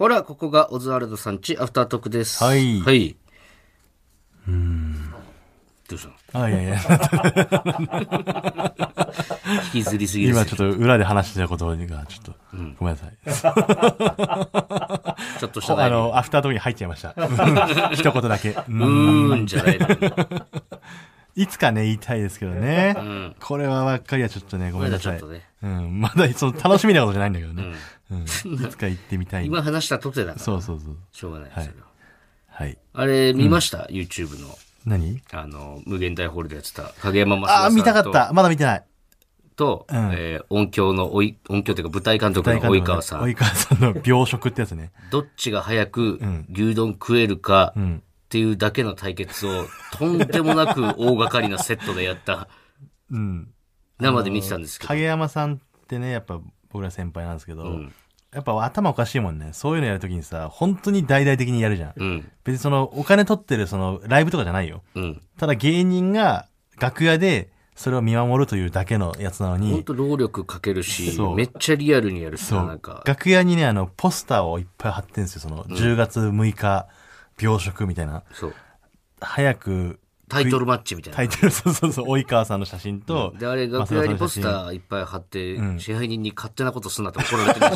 ほら、ここがオズワルドさんちアフタートークです。 はい。 はい。どうしたの？ あ、いやいや。 引きずりすぎです。 今ちょっと裏で話してたことがちょっと、ごめんなさい。 ちょっとしたアフタートークに入っちゃいました。一言だけ。 じゃないの。 いつかね、言いたいですけどね。これはばっかりはちょっとね、ごめんなさい。まだその楽しみなことじゃないんだけどね。いつか行ってみたい。 今話したとてだから。 そう。 しょうがないですよ。 はい。 あれ、見ました ?YouTube の。 何？ 無限大ホールでやってた影山雅さんと。 見たかった。まだ見てない。 と、音響っていうか舞台監督の及川さん。 及川さんの描食ってやつね。 どっちが早く牛丼食えるかっていうだけの対決を、とんでもなく大掛かりなセットでやった。生で見てたんですけど。 影山さんってね、やっぱ僕ら先輩なんですけど、やっぱ頭おかしいもんね。そういうのやるときにさ、本当に大々的にやるじゃん。別にそのお金取ってるそのライブとかじゃないよ。ただ芸人が楽屋でそれを見守るというだけのやつなのに。 本当労力かけるし、めっちゃリアルにやるし、なんか。 楽屋にね、ポスターをいっぱい貼ってんですよ。その10月6日描食みたいな。 そう。 早く。 タイトルマッチみたいな。 タイトル、そう、及川さんの写真と。 で、あれ、楽屋にポスターいっぱい貼って、支配人に勝手なことすんなって怒られてました。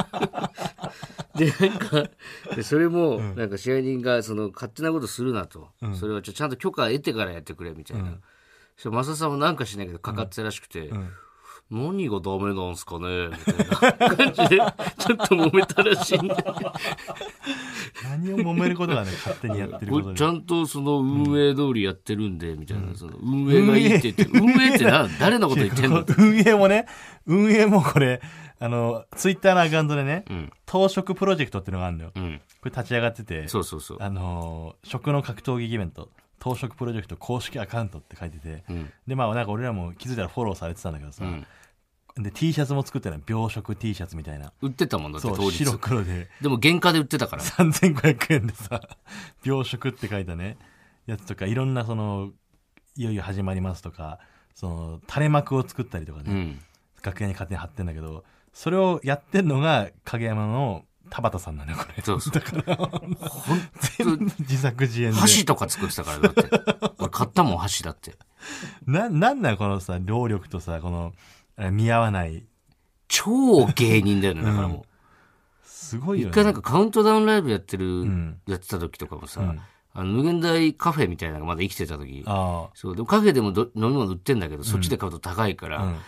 で、なんか、それも、なんか支配人が、勝手なことするなと。それはちゃんと許可得てからやってくれ、みたいな。そしたら、増田さんもなんかしないけど、かかってたらしくて、何がダメなんすかねみたいな感じで、ちょっと揉めたらしいんで。 何を揉めることがね、勝手にやってることで。 ちゃんとその運営通りやってるんで、みたいな。その運営がいいって言って、運営って誰のこと言ってんの？ 運営もこれ、ツイッターのアカウントでね、当食プロジェクトっていうのがあるのよ。これ立ち上がってて、 そう。 食の格闘技イベント。当食プロジェクト公式アカウントって書いてて、で、まあなんか俺らも気づいたらフォローされてたんだけどさ、で、T シャツも作ってない描食 T シャツみたいな。 売ってたもんだって当日。 白黒で。 でも原価で売ってたから。 3500円でさ、描食って書いたね、やつとか、いろんないよいよ始まりますとか、垂れ幕を作ったりとかね、楽屋に勝手に貼ってんだけど、それをやってんのが影山の田畑さんなんだよ、これ。 そう。 だから、全部自作自演で。 箸とか作ってたから、だって。俺買ったもん、箸だって。 なんだよ、このさ、労力とさ、見合わない。 超芸人だよね、だからもう。 すごいよね。 一回なんかカウントダウンライブやってた時とかもさ、無限大カフェみたいなのがまだ生きてた時。そう、でもカフェでも飲み物売ってんだけど、そっちで買うと高いから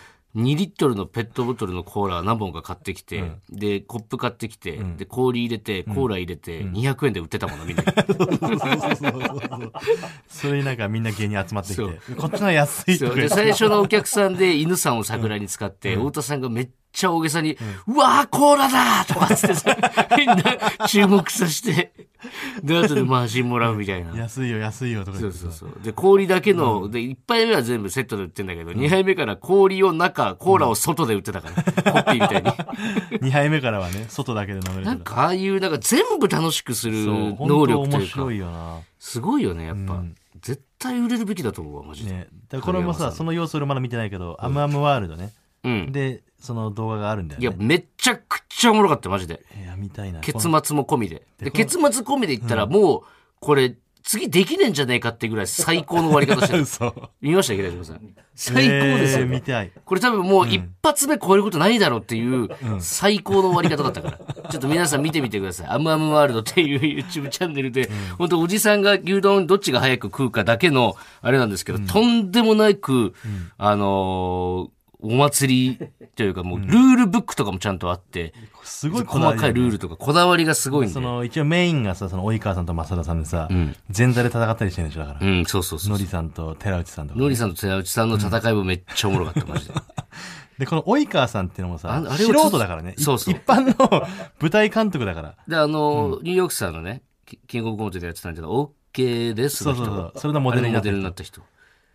、2リットルのペットボトルのコーラ何本か買ってきて、で、コップ買ってきて、で、氷入れて、コーラ入れて、200円で売ってたもの、みんな。 それになんかみんな芸人集まってきて、こっちの安いとか。 で、最初のお客さんで犬さんを桜に使って、太田さんがめっちゃ大げさに、うわー、コーラだとかつってさ、みんな注目させて、で、後でマージンもらうみたいな。 安いよとか言って。 そう。で、氷だけの、で、1杯目は全部セットで売ってんだけど、2杯目から氷を中、コーラを外で売ってたから、コッピーみたいに。 2杯目からはね、外だけで飲める。 なんかああいう、なんか全部楽しくする能力というか。 面白いよな。 すごいよね、やっぱ。絶対売れるべきだと思うわ、マジで。 ね。だからこれもさ、その様子俺まだ見てないけど、アムアムワールドね。で、その動画があるんだよね。 いや、めちゃくちゃおもろかった、マジで。 いや、見たいな。 結末も込みで。で、結末込みで言ったら、もう、これ、次できねえんじゃねえかってぐらい最高の終わり方してる。見ました池田さん。最高ですよ。 見たい。 これ多分もう一発目超えることないだろうっていう最高の終わり方だったから。ちょっと皆さん見てみてください。アムアムワールドっていう YouTube チャンネルで、本当おじさんが牛丼どっちが早く食うかだけのあれなんですけど、とんでもなく、お祭りというかもうルールブックとかもちゃんとあって、 すごい細かいルールとかこだわりがすごいんで。 一応メインがさ、及川さんと増田さんでさ、前座で戦ったりしてるんでしょ、だから。 そう。 のりさんと寺内さんとか。 のりさんと寺内さんの戦いもめっちゃおもろかった、マジで。 で、この及川さんっていうのもさ、素人だからね。 そう。 一般の舞台監督だから。 で、ニューヨークさんのね、キングオブコントでやってたんだけど、OK ですの人。 そう。それのモデルになった人。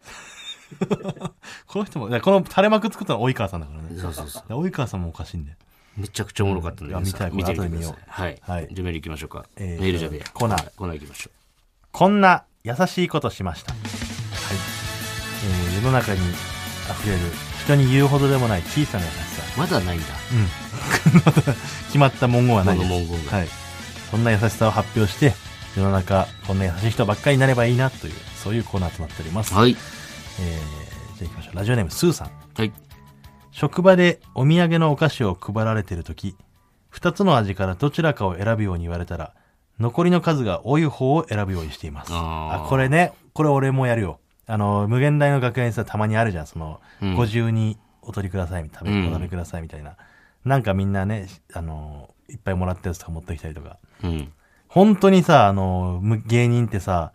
この人も、この垂れ幕作ったのは及川さんだからね。 そう。 及川さんもおかしいんだよ。 めちゃくちゃおもろかったんで、 見たい、 見てみてみよう。 はい。じゃあメール行きましょうか。メールじゃねえ。 コーナー行きましょう。 こんな優しいことしました。はい。世の中に溢れる人に言うほどでもない小さな優しさ。 まだないんだ。 決まった文言はないです。 この文言が。 はい。そんな優しさを発表して、世の中、こんな優しい人ばっかりになればいいなという、そういうコーナーとなっております。 はい。 じゃあ行きましょう。ラジオネーム、スーさん。 はい。 職場でお土産のお菓子を配られているとき、2つの味からどちらかを選ぶように言われたら、残りの数が多い方を選ぶようにしています。これね、これ俺もやるよ。無限大の楽屋にさ、たまにあるじゃん。ご自由にお取りください、お食べくださいみたいな。なんかみんなね、いっぱいもらったやつとか持ってきたりとか。本当にさ、芸人ってさ、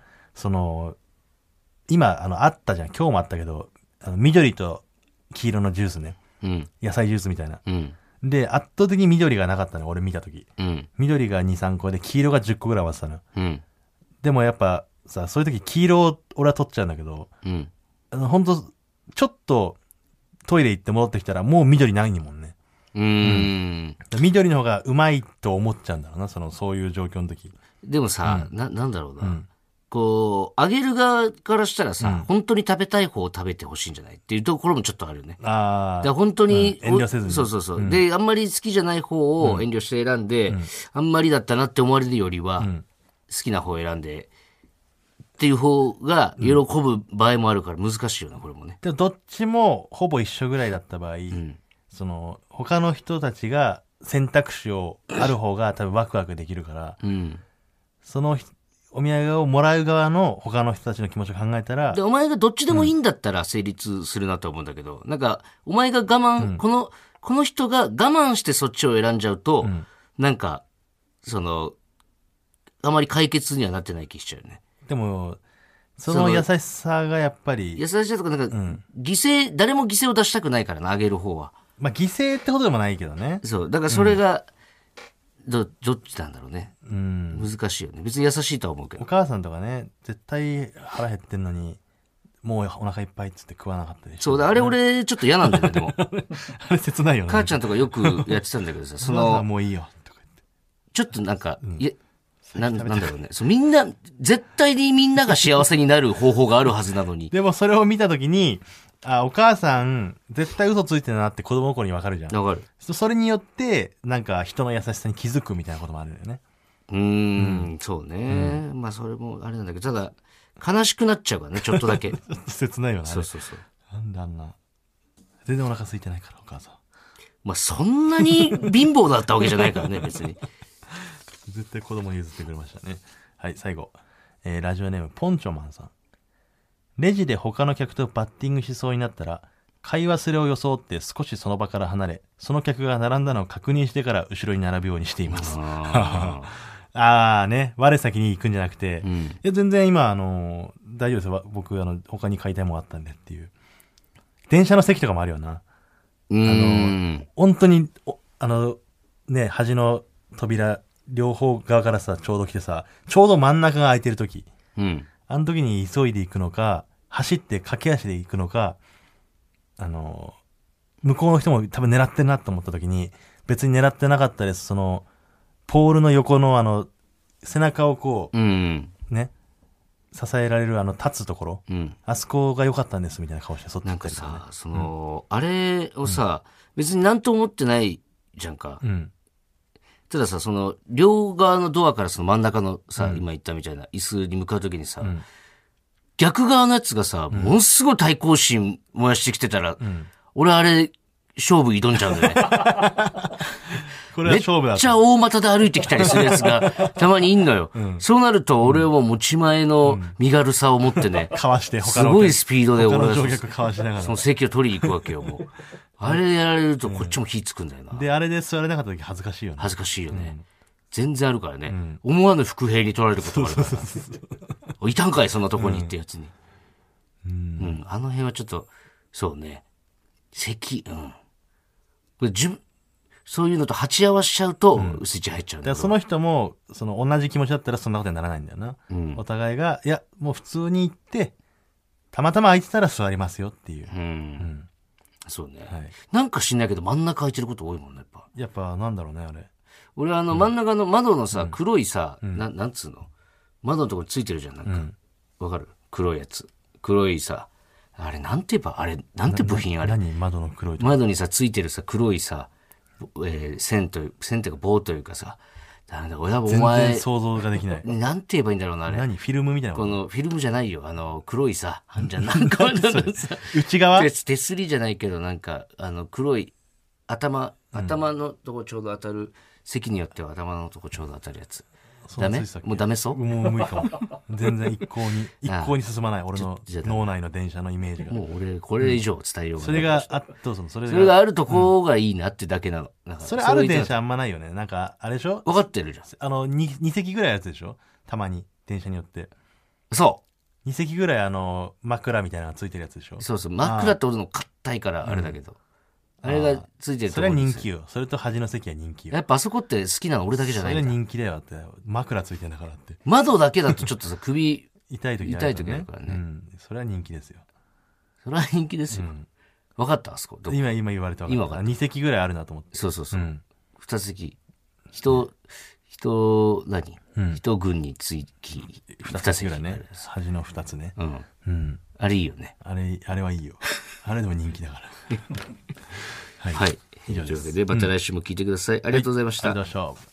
今、あったじゃん。今日もあったけど、緑と黄色のジュースね。野菜ジュースみたいな。で、圧倒的に緑がなかったの、俺見たとき。緑が2、3個で、黄色が10個ぐらい割ってたの。でもやっぱさ、そういうとき黄色を俺は取っちゃうんだけど、ほんと、ちょっとトイレ行って戻ってきたらもう緑ないもんね。緑の方がうまいと思っちゃうんだろうな、そういう状況の時。 でもさ、なんだろうな。こう、あげる側からしたらさ、本当に食べたい方を食べてほしいんじゃないっていうところもちょっとあるよね。本当に、 遠慮せずに。 そう。で、あんまり好きじゃない方を遠慮して選んで、あんまりだったなって思われるよりは、好きな方を選んで、っていう方が喜ぶ場合もあるから難しいよな、これもね。 でもどっちもほぼ一緒ぐらいだった場合、他の人たちが選択肢をある方が多分ワクワクできるから、お土産をもらう側の他の人たちの気持ちを考えたら。 で、お前がどっちでもいいんだったら成立するなと思うんだけど、なんか、お前が我慢、この人が我慢してそっちを選んじゃうと、なんか、あまり解決にはなってない気しちゃうよね。 でも、その優しさがやっぱり。 優しさとかなんか、誰も犠牲を出したくないからな、あげる方は。 まあ、犠牲ってほどでもないけどね。 そう。だからそれが、どっちなんだろうね。難しいよね。別に優しいとは思うけど。 お母さんとかね、絶対腹減ってんのに、もうお腹いっぱいっつって食わなかったりして、ね。 そうだ、あれ俺ちょっと嫌なんだよね、でも。 あれ切ないよね。 母ちゃんとかよくやってたんだけどさ、 もういいよ、とか言って。 ちょっとなんか、なんだろうね。みんな、絶対にみんなが幸せになる方法があるはずなのに。 でもそれを見たときに、お母さん、絶対嘘ついてるなって子供の頃に分かるじゃん。 分かる。 それによって、なんか人の優しさに気づくみたいなこともあるよね。 そうね。まあそれもあれなんだけど、ただ、悲しくなっちゃうからね、ちょっとだけ。 切ないよね。 そう。 なんであんな。全然お腹空いてないから、お母さん。 まあそんなに貧乏だったわけじゃないからね、別に。 絶対子供に譲ってくれましたね。はい、最後。ラジオネーム、ポンチョマンさん。レジで他の客とバッティングしそうになったら、買い忘れを装って少しその場から離れ、その客が並んだのを確認してから後ろに並ぶようにしています。ね、我先に行くんじゃなくて、いや全然今、大丈夫ですよ。僕、他に買いたいものあったんでっていう。電車の席とかもあるよな。本当に、ね、端の扉、両方側からさ、ちょうど来てさ、ちょうど真ん中が空いてる時。あの時に急いで行くのか、走って駆け足で行くのか、向こうの人も多分狙ってるなと思った時に、別に狙ってなかったです。ポールの横の背中をこう、ね、支えられる立つところ、あそこが良かったんですみたいな顔して、そっち行ったりとかね。 なんかさ、あれをさ、別になんと思ってないじゃんか。たださ、両側のドアから真ん中のさ、今言ったみたいな椅子に向かうときにさ、逆側のやつがさ、ものすごい対抗心燃やしてきてたら、俺あれ、勝負挑んじゃうんだよね。 これは勝負だ。 めっちゃ大股で歩いてきたりするやつがたまにいんのよ。そうなると俺はもう持ち前の身軽さを持ってね、 かわしてすごいスピードで俺は乗客かわしながらその席を取りに行くわけよ、もう。あれやられるとこっちも火つくんだよな。 で、あれで座れなかった時恥ずかしいよね。 恥ずかしいよね。全然あるからね。思わぬ伏兵に取られることがあるから。いたんかい、そんなとこにってやつに。あの辺はちょっと、そうね。これそういうのと鉢合わしちゃうと、スイッチ入っちゃうんだよ。 その人も、同じ気持ちだったらそんなことにならないんだよな。お互いが、いや、もう普通に行って、たまたま空いてたら座りますよっていう。 そうね。なんか知んないけど真ん中空いてること多いもんね、 やっぱなんだろうね、あれ。 俺真ん中の窓のさ、黒いさ、なんつうの窓のところについてるじゃん、なんか。わかる？黒いやつ。黒いさ、 あれ、なんて言えば、あれ、なんて部品あれ。 何窓の黒いとこ。 窓にさ、ついてるさ、黒いさ、線というか棒というかさ、なんだ、親もお全前然、想像ができない。 なんて言えばいいんだろうな、あれ。 何フィルムみたいなここのフィルムじゃないよ。黒いさ、じゃなんか、さ、 内側手すりじゃないけど、なんか、黒い、頭のとこちょうど当たる、席によっては頭のとこちょうど当たるやつ。ダメ？もうダメそう？ もう無理かも。全然一向に進まない。俺の脳内の電車のイメージが。 もう俺、これ以上伝えようがない。 それが、どうぞ、 それがあるとこがいいなってだけなの。 それある電車あんまないよね。なんか、あれでしょ？ 分かってるじゃん。 2席ぐらいやつでしょ？たまに、電車によって。 そう。 2席ぐらい枕みたいなのがついてるやつでしょ？ そうそう。枕って俺の硬いからあれだけど。あれがついてるとそれは人気よ。それと端の席は人気よ。 やっぱあそこって好きなの俺だけじゃないんだ。 それ人気だよって。枕ついてんだからって。 窓だけだとちょっとさ、首、 痛い時あるからね。 それは人気ですよ。 それは人気ですよ。分かったあそこ。 今言われたわ。今2席ぐらいあるなと思って。 そう。2席。人群につき、 2席ぐらいね。端の2つね。 あれいいよね。 あれはいいよ。あれでも人気だから。 はい。以上です。というわけで、また来週も聞いてください。ありがとうございました。 ありがとうございました。